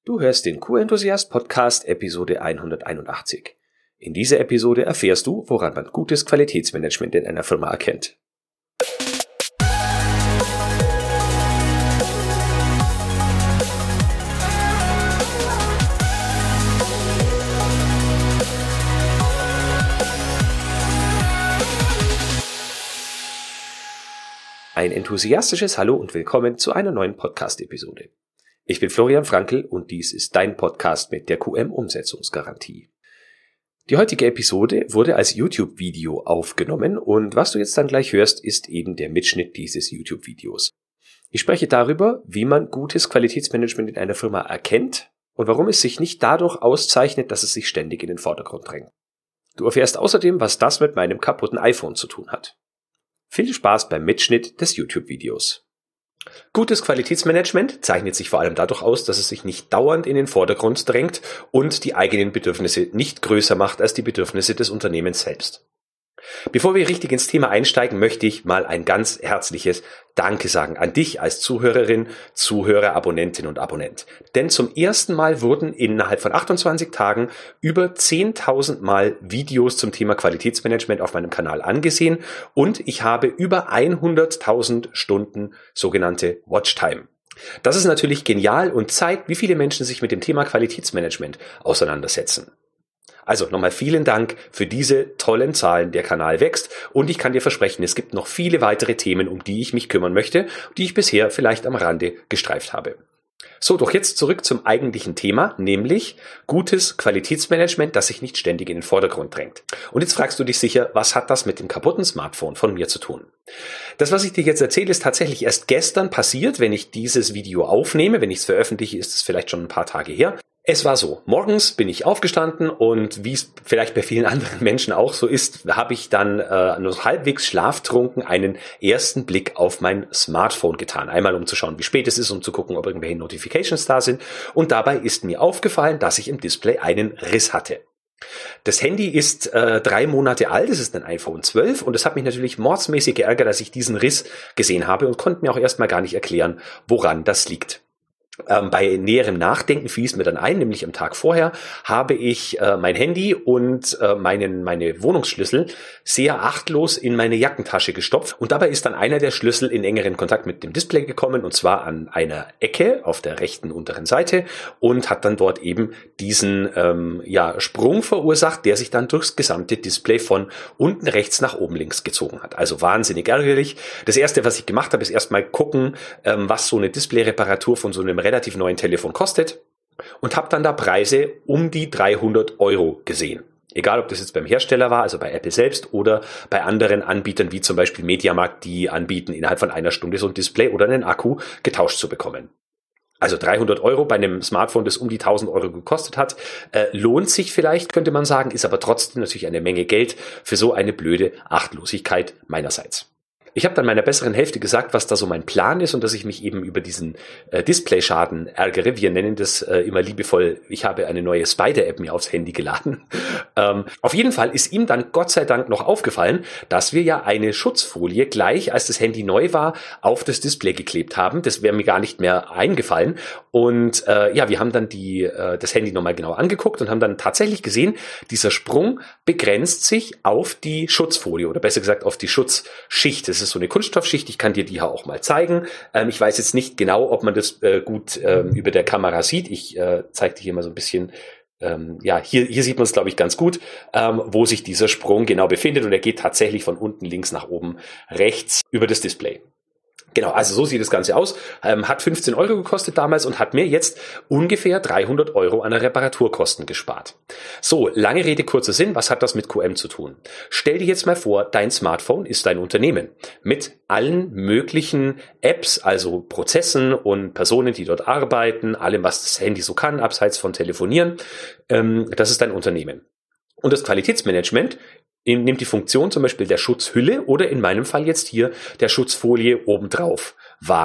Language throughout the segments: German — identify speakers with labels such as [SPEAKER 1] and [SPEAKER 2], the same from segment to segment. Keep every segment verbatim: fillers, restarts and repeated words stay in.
[SPEAKER 1] Du hörst den Q-Enthusiast Podcast Episode hunderteinundachtzig. In dieser Episode erfährst du, woran man gutes Qualitätsmanagement in einer Firma erkennt. Ein enthusiastisches Hallo und willkommen zu einer neuen Podcast-Episode. Ich bin Florian Frankl und dies ist dein Podcast mit der Q M-Umsetzungsgarantie. Die heutige Episode wurde als YouTube-Video aufgenommen und was du jetzt dann gleich hörst, ist eben der Mitschnitt dieses YouTube-Videos. Ich spreche darüber, wie man gutes Qualitätsmanagement in einer Firma erkennt und warum es sich nicht dadurch auszeichnet, dass es sich ständig in den Vordergrund drängt. Du erfährst außerdem, was das mit meinem kaputten iPhone zu tun hat. Viel Spaß beim Mitschnitt des YouTube-Videos. Gutes Qualitätsmanagement zeichnet sich vor allem dadurch aus, dass es sich nicht dauernd in den Vordergrund drängt und die eigenen Bedürfnisse nicht größer macht als die Bedürfnisse des Unternehmens selbst. Bevor wir richtig ins Thema einsteigen, möchte ich mal ein ganz herzliches Danke sagen an dich als Zuhörerin, Zuhörer, Abonnentin und Abonnent. Denn zum ersten Mal wurden innerhalb von achtundzwanzig Tagen über zehntausend Mal Videos zum Thema Qualitätsmanagement auf meinem Kanal angesehen und ich habe über hunderttausend Stunden sogenannte Watchtime. Das ist natürlich genial und zeigt, wie viele Menschen sich mit dem Thema Qualitätsmanagement auseinandersetzen. Also nochmal vielen Dank für diese tollen Zahlen. Der Kanal wächst und ich kann dir versprechen, es gibt noch viele weitere Themen, um die ich mich kümmern möchte, die ich bisher vielleicht am Rande gestreift habe. So, doch jetzt zurück zum eigentlichen Thema, nämlich gutes Qualitätsmanagement, das sich nicht ständig in den Vordergrund drängt. Und jetzt fragst du dich sicher, was hat das mit dem kaputten Smartphone von mir zu tun? Das, was ich dir jetzt erzähle, ist tatsächlich erst gestern passiert. Wenn ich dieses Video aufnehme, wenn ich es veröffentliche, ist es vielleicht schon ein paar Tage her. Es war so, morgens bin ich aufgestanden und wie es vielleicht bei vielen anderen Menschen auch so ist, habe ich dann äh, nur halbwegs schlaftrunken einen ersten Blick auf mein Smartphone getan. Einmal um zu schauen, wie spät es ist, um zu gucken, ob irgendwelche Notifications da sind. Und dabei ist mir aufgefallen, dass ich im Display einen Riss hatte. Das Handy ist äh, drei Monate alt, es ist ein iPhone zwölf und es hat mich natürlich mordsmäßig geärgert, dass ich diesen Riss gesehen habe und konnte mir auch erstmal gar nicht erklären, woran das liegt. Ähm, bei näherem Nachdenken fiel es mir dann ein, nämlich am Tag vorher habe ich äh, mein Handy und äh, meinen, meine Wohnungsschlüssel sehr achtlos in meine Jackentasche gestopft und dabei ist dann einer der Schlüssel in engeren Kontakt mit dem Display gekommen und zwar an einer Ecke auf der rechten unteren Seite und hat dann dort eben diesen ähm, ja, Sprung verursacht, der sich dann durchs gesamte Display von unten rechts nach oben links gezogen hat. Also wahnsinnig ärgerlich. Das erste, was ich gemacht habe, ist erstmal gucken, ähm, was so eine Display-Reparatur von so einem relativ neuen Telefon kostet und habe dann da Preise um die dreihundert Euro gesehen. Egal, ob das jetzt beim Hersteller war, also bei Apple selbst oder bei anderen Anbietern wie zum Beispiel Mediamarkt, die anbieten, innerhalb von einer Stunde so ein Display oder einen Akku getauscht zu bekommen. Also dreihundert Euro bei einem Smartphone, das um die tausend Euro gekostet hat, äh, lohnt sich vielleicht, könnte man sagen, ist aber trotzdem natürlich eine Menge Geld für so eine blöde Achtlosigkeit meinerseits. Ich habe dann meiner besseren Hälfte gesagt, was da so mein Plan ist und dass ich mich eben über diesen äh, Displayschaden ärgere. Wir nennen das äh, immer liebevoll, ich habe eine neue Spider-App mir aufs Handy geladen. ähm, auf jeden Fall ist ihm dann Gott sei Dank noch aufgefallen, dass wir ja eine Schutzfolie gleich, als das Handy neu war, auf das Display geklebt haben. Das wäre mir gar nicht mehr eingefallen. Und äh, ja, wir haben dann die äh, das Handy nochmal genau angeguckt und haben dann tatsächlich gesehen, dieser Sprung begrenzt sich auf die Schutzfolie oder besser gesagt auf die Schutzschicht. Das ist so eine Kunststoffschicht, ich kann dir die hier auch mal zeigen. Ähm, ich weiß jetzt nicht genau, ob man das äh, gut ähm, über der Kamera sieht. Ich äh, zeige dir hier mal so ein bisschen, ähm, ja, hier, hier sieht man es, glaube ich, ganz gut, ähm, wo sich dieser Sprung genau befindet und er geht tatsächlich von unten links nach oben rechts über das Display. Genau, also so sieht das Ganze aus, ähm, hat fünfzehn Euro gekostet damals und hat mir jetzt ungefähr dreihundert Euro an Reparaturkosten gespart. So, lange Rede, kurzer Sinn, was hat das mit Q M zu tun? Stell dir jetzt mal vor, dein Smartphone ist dein Unternehmen mit allen möglichen Apps, also Prozessen und Personen, die dort arbeiten, allem, was das Handy so kann, abseits von Telefonieren, ähm, das ist dein Unternehmen. Und das Qualitätsmanagement nimmt die Funktion zum Beispiel der Schutzhülle oder in meinem Fall jetzt hier der Schutzfolie obendrauf wahr.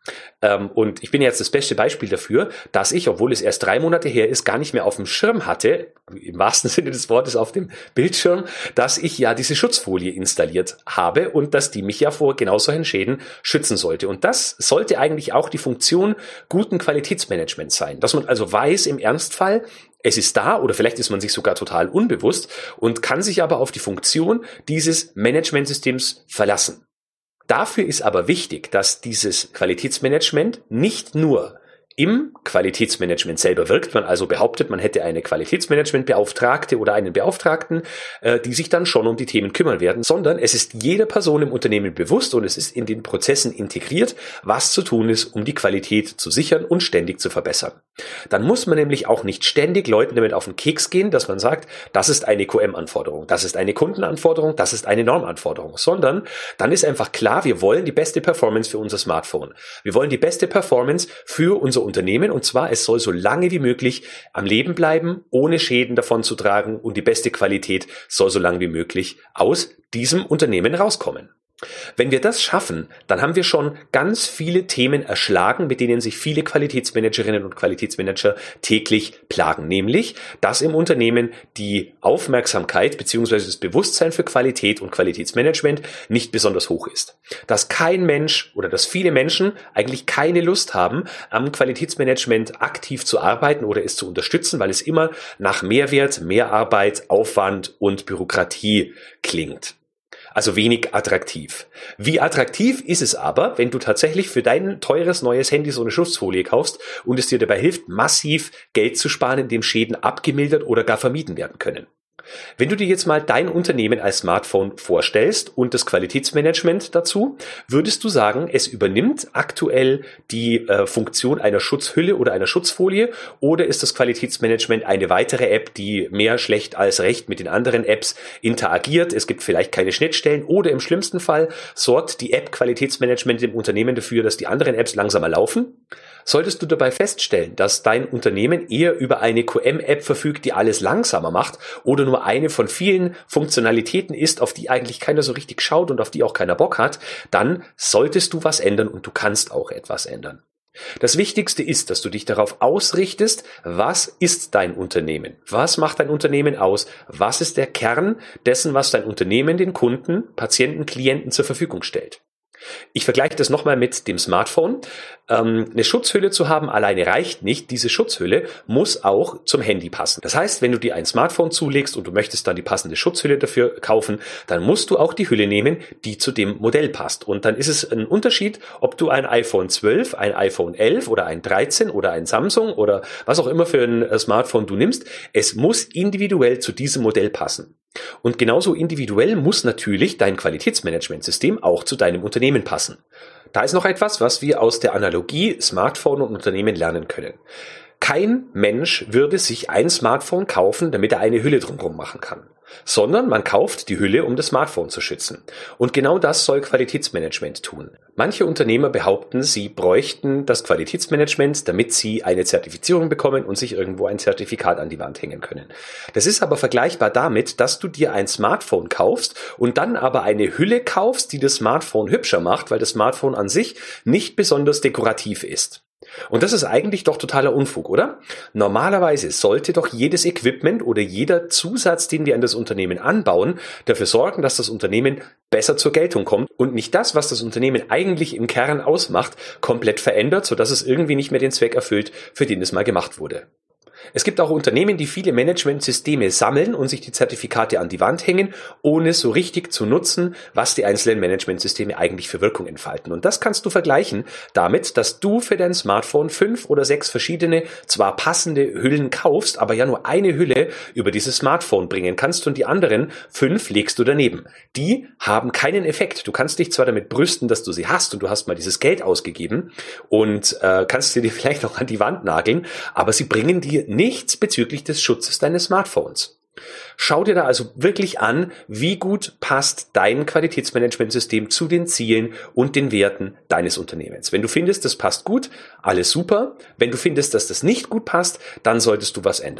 [SPEAKER 1] Ähm, und ich bin jetzt das beste Beispiel dafür, dass ich, obwohl es erst drei Monate her ist, gar nicht mehr auf dem Schirm hatte, im wahrsten Sinne des Wortes auf dem Bildschirm, dass ich ja diese Schutzfolie installiert habe und dass die mich ja vor genau solchen Schäden schützen sollte. Und das sollte eigentlich auch die Funktion guten Qualitätsmanagements sein, dass man also weiß im Ernstfall, es ist da oder vielleicht ist man sich sogar total unbewusst und kann sich aber auf die Funktion dieses Managementsystems verlassen. Dafür ist aber wichtig, dass dieses Qualitätsmanagement nicht nur im Qualitätsmanagement selber wirkt, man also behauptet, man hätte eine Qualitätsmanagementbeauftragte oder einen Beauftragten, äh, die sich dann schon um die Themen kümmern werden, sondern es ist jeder Person im Unternehmen bewusst und es ist in den Prozessen integriert, was zu tun ist, um die Qualität zu sichern und ständig zu verbessern. Dann muss man nämlich auch nicht ständig Leuten damit auf den Keks gehen, dass man sagt, das ist eine Q M-Anforderung, das ist eine Kundenanforderung, das ist eine Normanforderung, sondern dann ist einfach klar, wir wollen die beste Performance für unser Smartphone. Wir wollen die beste Performance für unser Unternehmen und zwar, es soll so lange wie möglich am Leben bleiben, ohne Schäden davon zu tragen und die beste Qualität soll so lange wie möglich aus diesem Unternehmen rauskommen. Wenn wir das schaffen, dann haben wir schon ganz viele Themen erschlagen, mit denen sich viele Qualitätsmanagerinnen und Qualitätsmanager täglich plagen. Nämlich, dass im Unternehmen die Aufmerksamkeit bzw. das Bewusstsein für Qualität und Qualitätsmanagement nicht besonders hoch ist. Dass kein Mensch oder dass viele Menschen eigentlich keine Lust haben, am Qualitätsmanagement aktiv zu arbeiten oder es zu unterstützen, weil es immer nach Mehrwert, Mehrarbeit, Aufwand und Bürokratie klingt. Also wenig attraktiv. Wie attraktiv ist es aber, wenn du tatsächlich für dein teures neues Handy so eine Schutzfolie kaufst und es dir dabei hilft, massiv Geld zu sparen, indem Schäden abgemildert oder gar vermieden werden können? Wenn du dir jetzt mal dein Unternehmen als Smartphone vorstellst und das Qualitätsmanagement dazu, würdest du sagen, es übernimmt aktuell die äh, Funktion einer Schutzhülle oder einer Schutzfolie oder ist das Qualitätsmanagement eine weitere App, die mehr schlecht als recht mit den anderen Apps interagiert? Es gibt vielleicht keine Schnittstellen oder im schlimmsten Fall sorgt die App Qualitätsmanagement im Unternehmen dafür, dass die anderen Apps langsamer laufen? Solltest du dabei feststellen, dass dein Unternehmen eher über eine Q M-App verfügt, die alles langsamer macht oder nur eine von vielen Funktionalitäten ist, auf die eigentlich keiner so richtig schaut und auf die auch keiner Bock hat, dann solltest du was ändern und du kannst auch etwas ändern. Das Wichtigste ist, dass du dich darauf ausrichtest, was ist dein Unternehmen? Was macht dein Unternehmen aus? Was ist der Kern dessen, was dein Unternehmen den Kunden, Patienten, Klienten zur Verfügung stellt? Ich vergleiche das nochmal mit dem Smartphone. Ähm, eine Schutzhülle zu haben alleine reicht nicht. Diese Schutzhülle muss auch zum Handy passen. Das heißt, wenn du dir ein Smartphone zulegst und du möchtest dann die passende Schutzhülle dafür kaufen, dann musst du auch die Hülle nehmen, die zu dem Modell passt. Und dann ist es ein Unterschied, ob du ein iPhone zwölf, ein iPhone elf oder ein dreizehn oder ein Samsung oder was auch immer für ein Smartphone du nimmst. Es muss individuell zu diesem Modell passen. Und genauso individuell muss natürlich dein Qualitätsmanagementsystem auch zu deinem Unternehmen passen. Da ist noch etwas, was wir aus der Analogie Smartphone und Unternehmen lernen können. Kein Mensch würde sich ein Smartphone kaufen, damit er eine Hülle drumherum machen kann, sondern man kauft die Hülle, um das Smartphone zu schützen. Und genau das soll Qualitätsmanagement tun. Manche Unternehmer behaupten, sie bräuchten das Qualitätsmanagement, damit sie eine Zertifizierung bekommen und sich irgendwo ein Zertifikat an die Wand hängen können. Das ist aber vergleichbar damit, dass du dir ein Smartphone kaufst und dann aber eine Hülle kaufst, die das Smartphone hübscher macht, weil das Smartphone an sich nicht besonders dekorativ ist. Und das ist eigentlich doch totaler Unfug, oder? Normalerweise sollte doch jedes Equipment oder jeder Zusatz, den wir an das Unternehmen anbauen, dafür sorgen, dass das Unternehmen besser zur Geltung kommt und nicht das, was das Unternehmen eigentlich im Kern ausmacht, komplett verändert, sodass es irgendwie nicht mehr den Zweck erfüllt, für den es mal gemacht wurde. Es gibt auch Unternehmen, die viele Managementsysteme sammeln und sich die Zertifikate an die Wand hängen, ohne so richtig zu nutzen, was die einzelnen Managementsysteme eigentlich für Wirkung entfalten. Und das kannst du vergleichen damit, dass du für dein Smartphone fünf oder sechs verschiedene, zwar passende Hüllen kaufst, aber ja nur eine Hülle über dieses Smartphone bringen kannst und die anderen fünf legst du daneben. Die haben keinen Effekt. Du kannst dich zwar damit brüsten, dass du sie hast und du hast mal dieses Geld ausgegeben und äh, kannst sie dir vielleicht noch an die Wand nageln, aber sie bringen dir nichts bezüglich des Schutzes deines Smartphones. Schau dir da also wirklich an, wie gut passt dein Qualitätsmanagementsystem zu den Zielen und den Werten deines Unternehmens. Wenn du findest, das passt gut, alles super. Wenn du findest, dass das nicht gut passt, dann solltest du was ändern.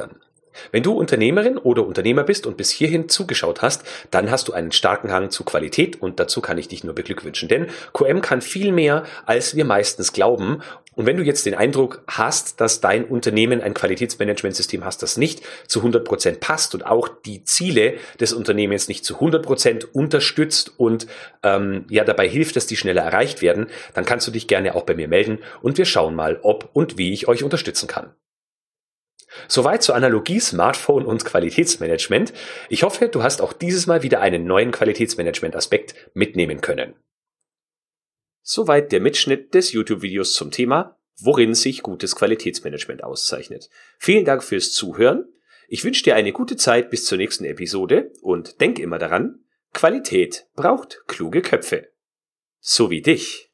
[SPEAKER 1] Wenn du Unternehmerin oder Unternehmer bist und bis hierhin zugeschaut hast, dann hast du einen starken Hang zu Qualität und dazu kann ich dich nur beglückwünschen, denn Q M kann viel mehr, als wir meistens glauben. Und wenn du jetzt den Eindruck hast, dass dein Unternehmen ein Qualitätsmanagementsystem hast, das nicht zu hundert Prozent passt und auch die Ziele des Unternehmens nicht zu hundert Prozent unterstützt und ähm, ja dabei hilft, dass die schneller erreicht werden, dann kannst du dich gerne auch bei mir melden und wir schauen mal, ob und wie ich euch unterstützen kann. Soweit zur Analogie Smartphone und Qualitätsmanagement. Ich hoffe, du hast auch dieses Mal wieder einen neuen Qualitätsmanagement-Aspekt mitnehmen können. Soweit der Mitschnitt des YouTube-Videos zum Thema, worin sich gutes Qualitätsmanagement auszeichnet. Vielen Dank fürs Zuhören. Ich wünsche dir eine gute Zeit bis zur nächsten Episode und denk immer daran, Qualität braucht kluge Köpfe. So wie dich.